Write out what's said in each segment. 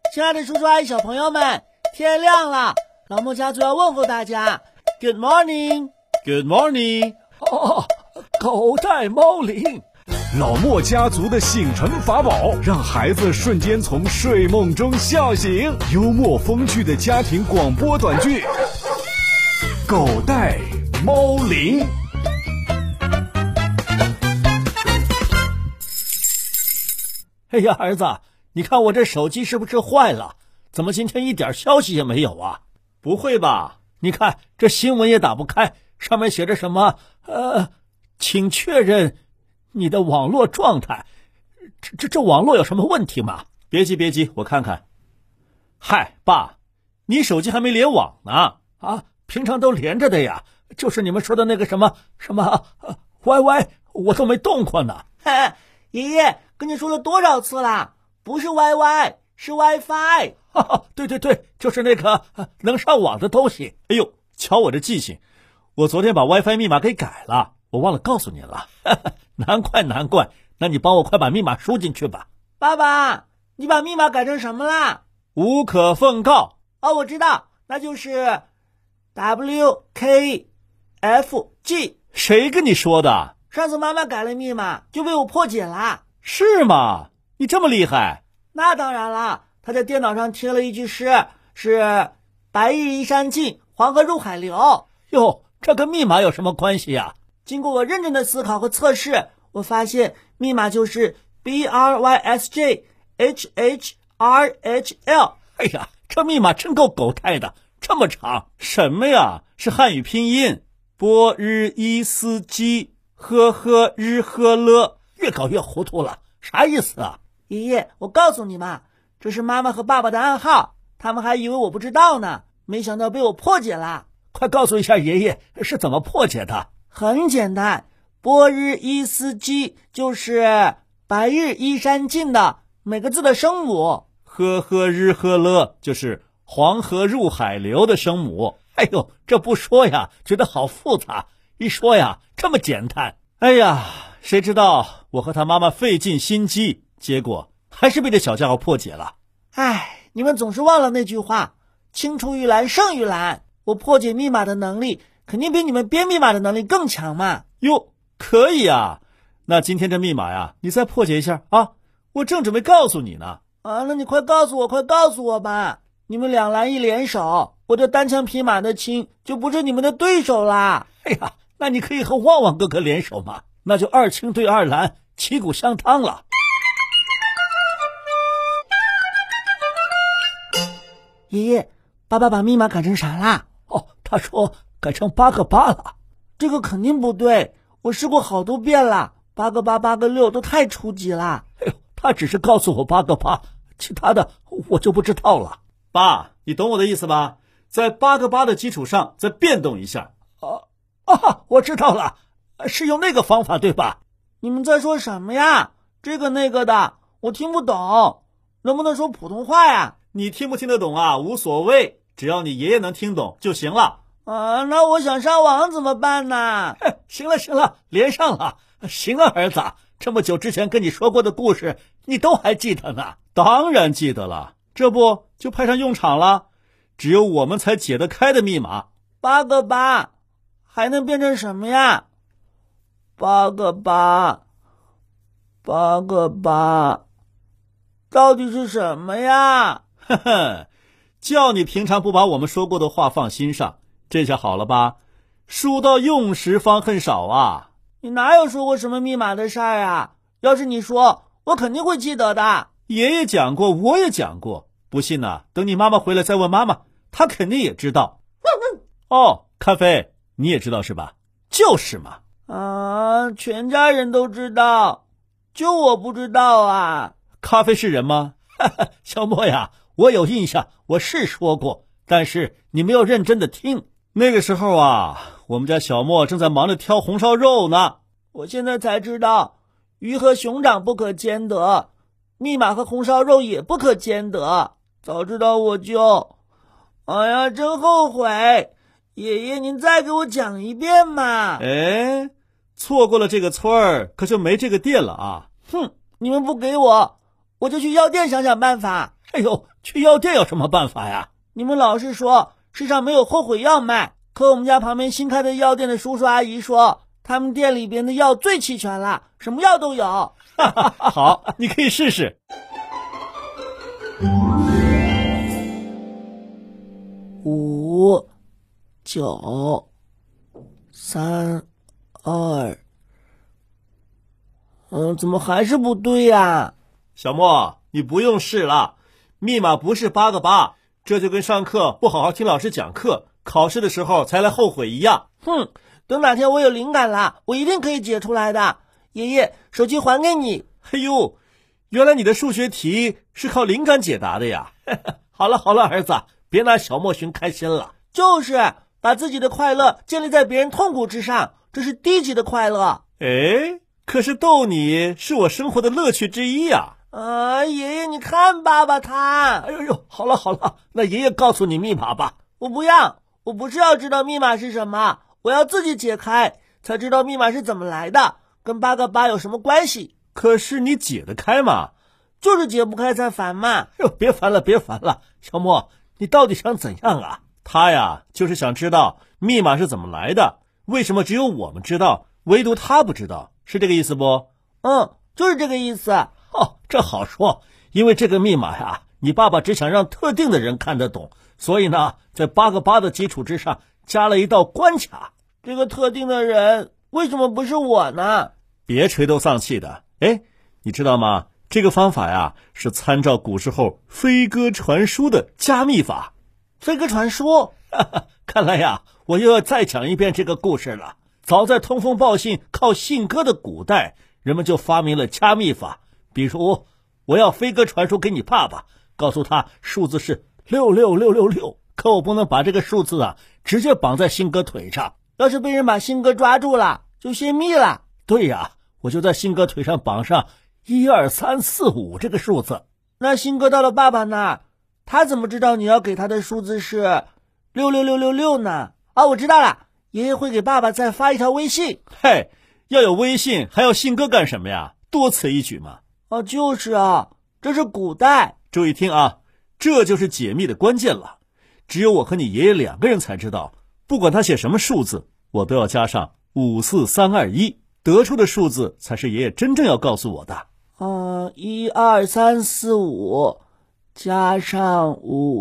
亲爱的叔叔阿姨小朋友们，天亮了，老莫家族要问候大家 Good morning Good morning 狗带猫铃， 老莫家族的醒神法宝，让孩子瞬间从睡梦中笑醒。幽默风趣的家庭广播短剧，狗带猫铃。 哎呀，儿子，你看我这手机是不是坏了？怎么今天一点消息也没有啊？ 不会吧？ 你看这新闻也打不开，上面写着什么请确认你的网络状态。这网络有什么问题吗？ 别急，我看看。嗨，爸，你手机还没联网呢。 啊，平常都连着的呀，就是你们说的那个什么YY， 我都没动过呢。 爷爷跟你说了多少次啦？不是 YY， 是 WiFi。 对，就是那个能上网的东西。 哎呦，瞧我这记性，我昨天把 WiFi 密码给改了，我忘了告诉您了。 难怪，那你帮我快把密码输进去吧。 爸爸，你把密码改成什么啦？ 无可奉告。 哦，我知道，那就是 WKFG。 谁跟你说的？ 上次妈妈改了密码就被我破解啦。 是吗？你这么厉害？ 那当然了，她在电脑上贴了一句诗，是白日依山尽，黄河入海流。 哟，这跟密码有什么关系呀？ 经过我认真的思考和测试，我发现密码就是 BRYSJHHRHL。 哎呀，这密码真够狗带的，这么长。 什么呀？是汉语拼音，波日伊斯基呵呵日呵了， 越搞越糊涂了，啥意思啊？ 爷爷，我告诉你嘛，这是妈妈和爸爸的暗号，他们还以为我不知道呢，没想到被我破解了。 快告诉一下爷爷是怎么破解的。 很简单，波日伊斯基就是白日依山尽的每个字的声母， 呵呵日呵了就是黄河入海流的声母。 哎呦，这不说呀觉得好复杂，一说呀这么简单。 哎呀，谁知道我和他妈妈费尽心机，结果还是被这小家伙破解了。 哎，你们总是忘了那句话，青出于蓝胜于蓝。我破解密码的能力肯定比你们编密码的能力更强嘛。 哟，可以啊，那今天这密码呀你再破解一下啊，我正准备告诉你呢。 那你快告诉我吧。你们两蓝一联手，我这单枪匹马的亲就不是你们的对手啦。 哎呀，那你可以和旺旺哥哥联手嘛，那就二青对二蓝，旗鼓相当了。 爷爷，爸爸把密码改成啥啦？ 他说改成8个8了。 这个肯定不对，我试过好多遍了，8个8 8个6都太初级了。 哎呦，他只是告诉我8个8，其他的我就不知道了。 爸，你懂我的意思吧？在8个8的基础上再变动一下。 我知道了，是用那个方法对吧？ 你们在说什么呀？这个那个的我听不懂，能不能说普通话呀？ 你听不听得懂啊无所谓，只要你爷爷能听懂就行了。 那我想上网怎么办呢？ 行了，连上了。行啊，儿子，这么久之前跟你说过的故事你都还记得呢？ 当然记得了，这不就派上用场了。只有我们才解得开的密码。 8个8还能变成什么呀？8个8到底是什么呀？ 叫你平常不把我们说过的话放心上，这下好了吧？书到用时方恨少啊。 你哪有说过什么密码的事儿啊？要是你说，我肯定会记得的。 爷爷讲过，我也讲过，不信呢，等你妈妈回来再问妈妈，她肯定也知道。咖啡你也知道是吧？ 就是嘛。 全家人都知道，就我不知道啊。 咖啡是人吗？ 小莫呀，我有印象，我是说过，但是你没有认真的听。 那个时候啊，我们家小莫正在忙着挑红烧肉呢。 我现在才知道，鱼和熊掌不可兼得，密码和红烧肉也不可兼得。早知道我就……哎呀，真后悔！爷爷，您再给我讲一遍嘛。 错过了这个村儿，可就没这个店了啊。 你们不给我我就去药店想想办法。 哎呦，去药店有什么办法呀？ 你们老是说世上没有后悔药卖，可我们家旁边新开的药店的叔叔阿姨说，他们店里边的药最齐全了，什么药都有。 好，你可以试试。 5、9、3、2，怎么还是不对呀？ 小莫，你不用试了，密码不是8个8，这就跟上课不好好听老师讲课，考试的时候才来后悔一样。 哼，等哪天我有灵感了，我一定可以解出来的。爷爷，手机还给你。 嘿呦，原来你的数学题是靠灵感解答的呀。 好了好了，儿子，别拿小莫寻开心了。 就是把自己的快乐建立在别人痛苦之上，这是低级的快乐。 哎，可是逗你是我生活的乐趣之一呀。 爷爷，你看爸爸他。 哎呦，好了好了，那爷爷告诉你密码吧。 我不要，我不是要知道密码是什么，我要自己解开，才知道密码是怎么来的，跟8个8有什么关系？ 可是你解得开吗？ 就是解不开才烦嘛。 哎呦，别烦了别烦了，小莫，你到底想怎样啊？ 他呀，就是想知道密码是怎么来的，为什么只有我们知道，唯独他不知道，是这个意思不？ 就是这个意思。 哦，这好说，因为这个密码呀，你爸爸只想让特定的人看得懂，所以呢，在8个8的基础之上加了一道关卡。 这个特定的人为什么不是我呢？ 别垂头丧气的。哎，你知道吗？这个方法呀，是参照古时候飞鸽传书的加密法。 飞鸽传书？ 看来呀，我又要再讲一遍这个故事了。早在通风报信靠信鸽的古代，人们就发明了加密法。比如，我要飞鸽传书给你爸爸，告诉他数字是66666，可我不能把这个数字直接绑在信鸽腿上。 要是被人把信鸽抓住了，就泄密了。 对呀，我就在信鸽腿上绑上12345这个数字。 那信鸽到了爸爸那儿，他怎么知道你要给他的数字是66666呢？我知道了，爷爷会给爸爸再发一条微信。 嘿，要有微信还要信鸽干什么呀？多此一举嘛。 就是啊，这是古代。 注意听啊，这就是解密的关键了。只有我和你爷爷2个人才知道，不管他写什么数字，我都要加上54321，得出的数字才是爷爷真正要告诉我的。 12345加上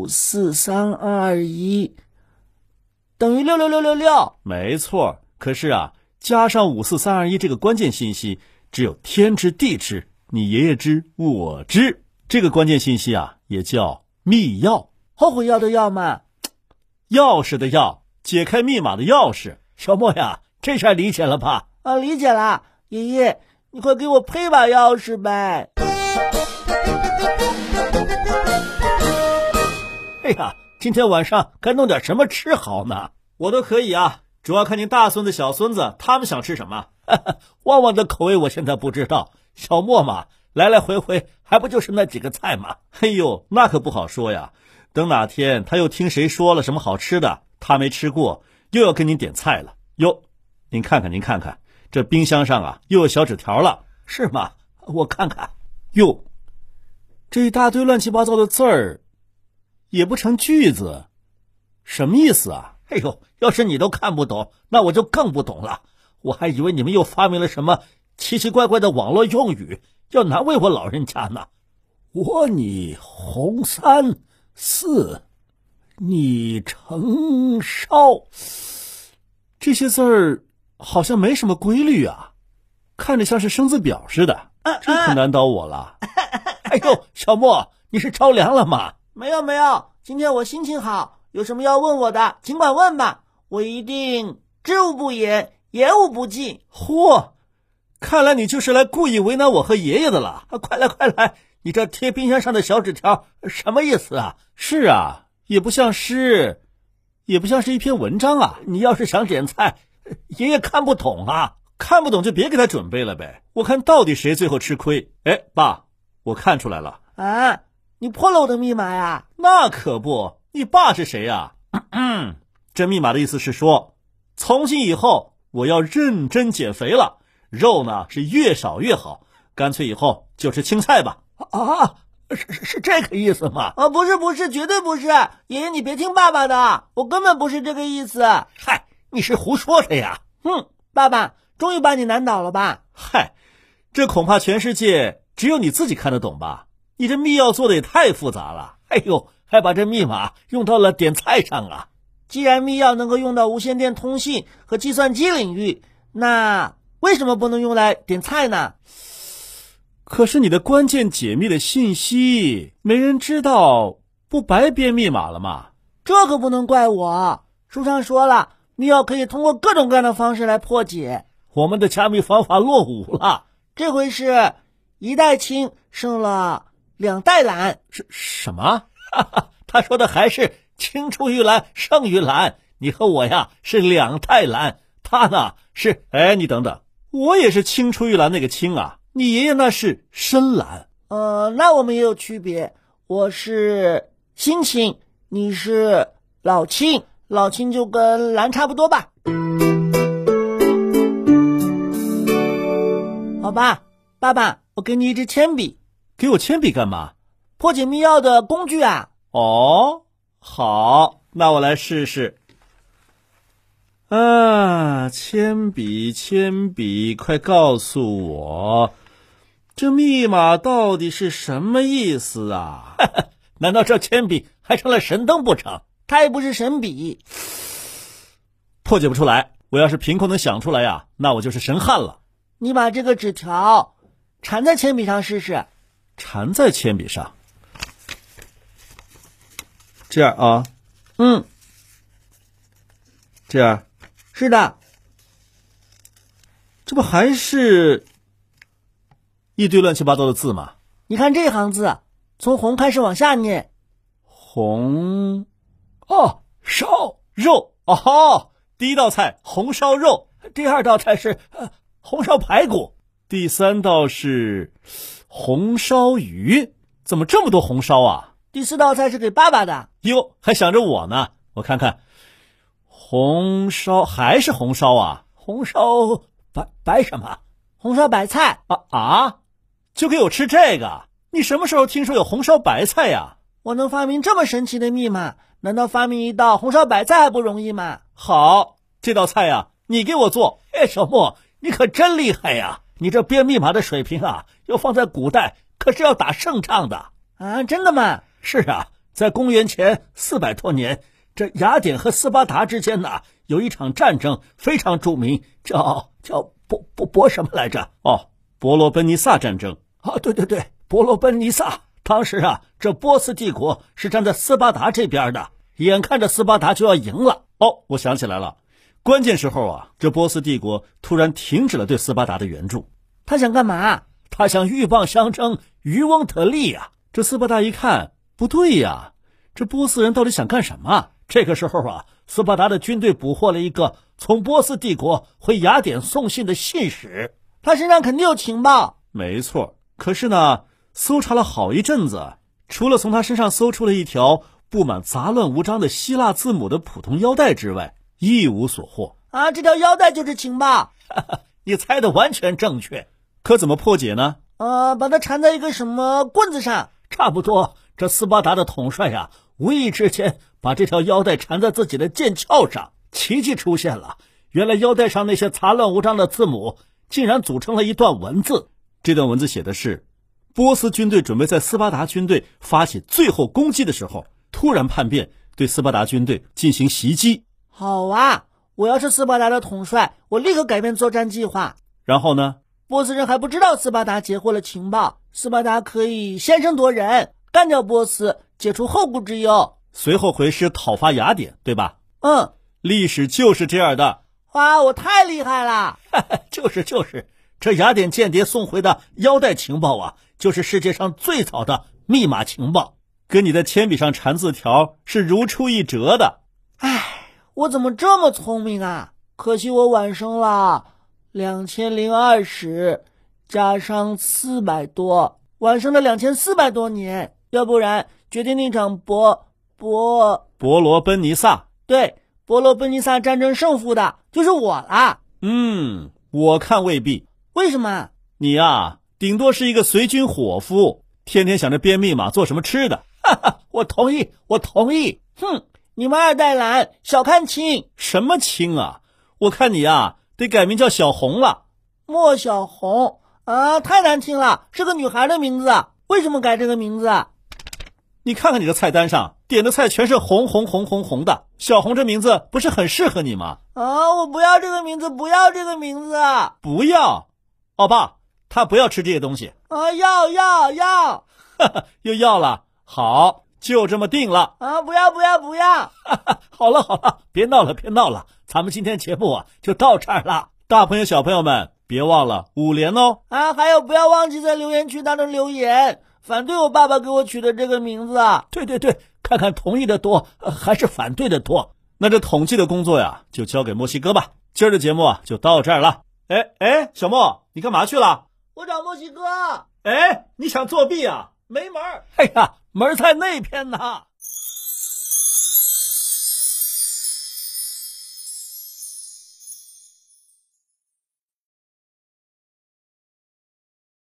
54321等于66666。 没错，可是加上54321这个关键信息，只有天知地知，你爷爷知我知。这个关键信息也叫密钥。 后悔药的药嘛？ 钥匙的钥，解开密码的钥匙。 小莫呀，这下理解了吧？ 理解了。爷爷，你快给我配把钥匙呗。 哎呀，今天晚上该弄点什么吃好呢？ 我都可以主要看您大孙子小孙子他们想吃什么。 旺旺的口味我现在不知道，小莫嘛，来来回回还不就是那几个菜吗？ 嘿呦，那可不好说呀。等哪天他又听谁说了什么好吃的，他没吃过，又要跟您点菜了。哟，您看看，这冰箱上又有小纸条了。 是吗？我看看。 哟，这一大堆乱七八糟的字儿，也不成句子，什么意思啊？ 哎呦，要是你都看不懂，那我就更不懂了。我还以为你们又发明了什么奇奇怪怪的网络用语，要难为我老人家呢。我你红3 4，你成烧， 这些字儿好像没什么规律看着像是生字表似的，这可难倒我了。 哎呦，小莫，你是着凉了吗？ 没有，今天我心情好，有什么要问我的尽管问吧，我一定知无不言，言无不尽。 嚯，看来你就是来故意为难我和爷爷的了。 快来，你这贴冰箱上的小纸条什么意思啊？ 是也不像诗，也不像是一篇文章你要是想点菜，爷爷看不懂看不懂就别给他准备了呗。我看到底谁最后吃亏。哎，爸，我看出来了。 你破了我的密码呀？ 那可不，你爸是谁呀？这密码的意思是说，从今以后我要认真减肥了，肉呢是越少越好，干脆以后就吃青菜吧。 啊，是这个意思吗？ 不是，绝对不是。爷爷，你别听爸爸的，我根本不是这个意思。 嗨，你是胡说的呀！ 爸爸，终于把你难倒了吧？ 嗨，这恐怕全世界只有你自己看得懂吧？你这密钥做的也太复杂了。 哎呦，还把这密码用到了点菜上啊！ 既然密钥能够用到无线电通信和计算机领域，那为什么不能用来点菜呢？ 可是你的关键解密的信息没人知道，不白编密码了吗？ 这可不能怪我。书上说了，密钥可以通过各种各样的方式来破解。 我们的加密方法落伍了， 这回是一代清胜了2代蓝。 什么？ 他说的还是青出于蓝胜于蓝。你和我呀是2代蓝，他呢是…… 你等等，我也是青出于蓝那个青啊，你爷爷那是深蓝。 那我们也有区别。我是新青，你是老青，老青就跟蓝差不多吧。好吧，爸爸，我给你一支铅笔。 给我铅笔干嘛？ 破解密钥的工具啊。 哦，好，那我来试试。铅笔，快告诉我，这密码到底是什么意思啊？ 难道这铅笔还成了神灯不成？ 它也不是神笔。 破解不出来，我要是凭空能想出来呀，那我就是神汉了。 你把这个纸条缠在铅笔上试试。 缠在铅笔上，这样啊？这样。 是的。 这不还是一堆乱七八糟的字吗？ 你看这行字，从红开始往下念。 红烧肉。第一道菜红烧肉， 第2道菜是红烧排骨， 第3道是红烧鱼。怎么这么多红烧啊？ 第4道菜是给爸爸的。 哟，还想着我呢。我看看，红烧还是红烧啊？ 红烧白什么？ 红烧白菜就给我吃这个？你什么时候听说有红烧白菜呀？ 我能发明这么神奇的密码，难道发明一道红烧白菜还不容易吗？ 好，这道菜呀，你给我做。 小莫，你可真厉害呀！你这编密码的水平啊，要放在古代可是要打胜仗的啊！真的吗？ 是啊，在公元前400多年，这雅典和斯巴达之间呢，有一场战争非常著名，叫博什么来着？ 伯罗奔尼撒战争。 对，伯罗奔尼撒。当时啊，这波斯帝国是站在斯巴达这边的，眼看着斯巴达就要赢了。 我想起来了，关键时候啊，这波斯帝国突然停止了对斯巴达的援助。 他想干嘛？ 他想鹬蚌相争，渔翁得利啊！ 这斯巴达一看，不对呀，这波斯人到底想干什么？ 这个时候啊，斯巴达的军队捕获了一个从波斯帝国回雅典送信的信使， 他身上肯定有情报。 没错，可是呢，搜查了好一阵子，除了从他身上搜出了一条布满杂乱无章的希腊字母的普通腰带之外，一无所获。 这条腰带就是情报。 你猜的完全正确。 可怎么破解呢？ 把它缠在一个什么棍子上。 差不多，这斯巴达的统帅啊，无意之间把这条腰带缠在自己的剑鞘上，奇迹出现了。原来腰带上那些杂乱无章的字母，竟然组成了一段文字。 这段文字写的是，波斯军队准备在斯巴达军队发起最后攻击的时候，突然叛变，对斯巴达军队进行袭击。 好啊，我要是斯巴达的统帅，我立刻改变作战计划。 然后呢？ 波斯人还不知道斯巴达截获了情报，斯巴达可以先声夺人，干掉波斯，解除后顾之忧， 随后回师讨伐雅典，对吧？历史就是这样的。 哇，我太厉害了！ 就是，这雅典间谍送回的腰带情报啊，就是世界上最早的密码情报， 跟你的铅笔上缠字条是如出一辙的。 我怎么这么聪明啊？可惜我晚生了2020加上400多，晚生了2400多年。要不然决定那场伯罗奔尼撒， 对，伯罗奔尼撒战争胜负的就是我啦。 我看未必。 为什么？ 你呀，顶多是一个随军伙夫， 天天想着编密码做什么吃的。 哈哈，我同意，我同意。哼，你们二代懒，小看亲。 什么亲啊？我看你啊，得改名叫小红了。 莫小红啊，太难听了，是个女孩的名字啊，为什么改这个名字啊？ 你看看你的菜单上点的菜全是红红红红红的，小红这名字不是很适合你吗？ 啊，我不要这个名字，不要这个名字啊！ 不要，哦爸，他不要吃这些东西。 啊，要， 哈哈，又要了，好，就这么定了。 啊，不要！ 哈哈，好了，别闹了，咱们今天节目啊就到这儿了。大朋友小朋友们，别忘了5连哦。 啊，还有不要忘记在留言区当中留言，反对我爸爸给我取的这个名字啊。 对，看看同意的多还是反对的多。那这统计的工作呀，就交给墨西哥吧。今儿的节目啊就到这儿了。哎，小莫，你干嘛去了？ 我找墨西哥。 哎，你想作弊啊？ 没门儿！ 哎呀，门在那边呢。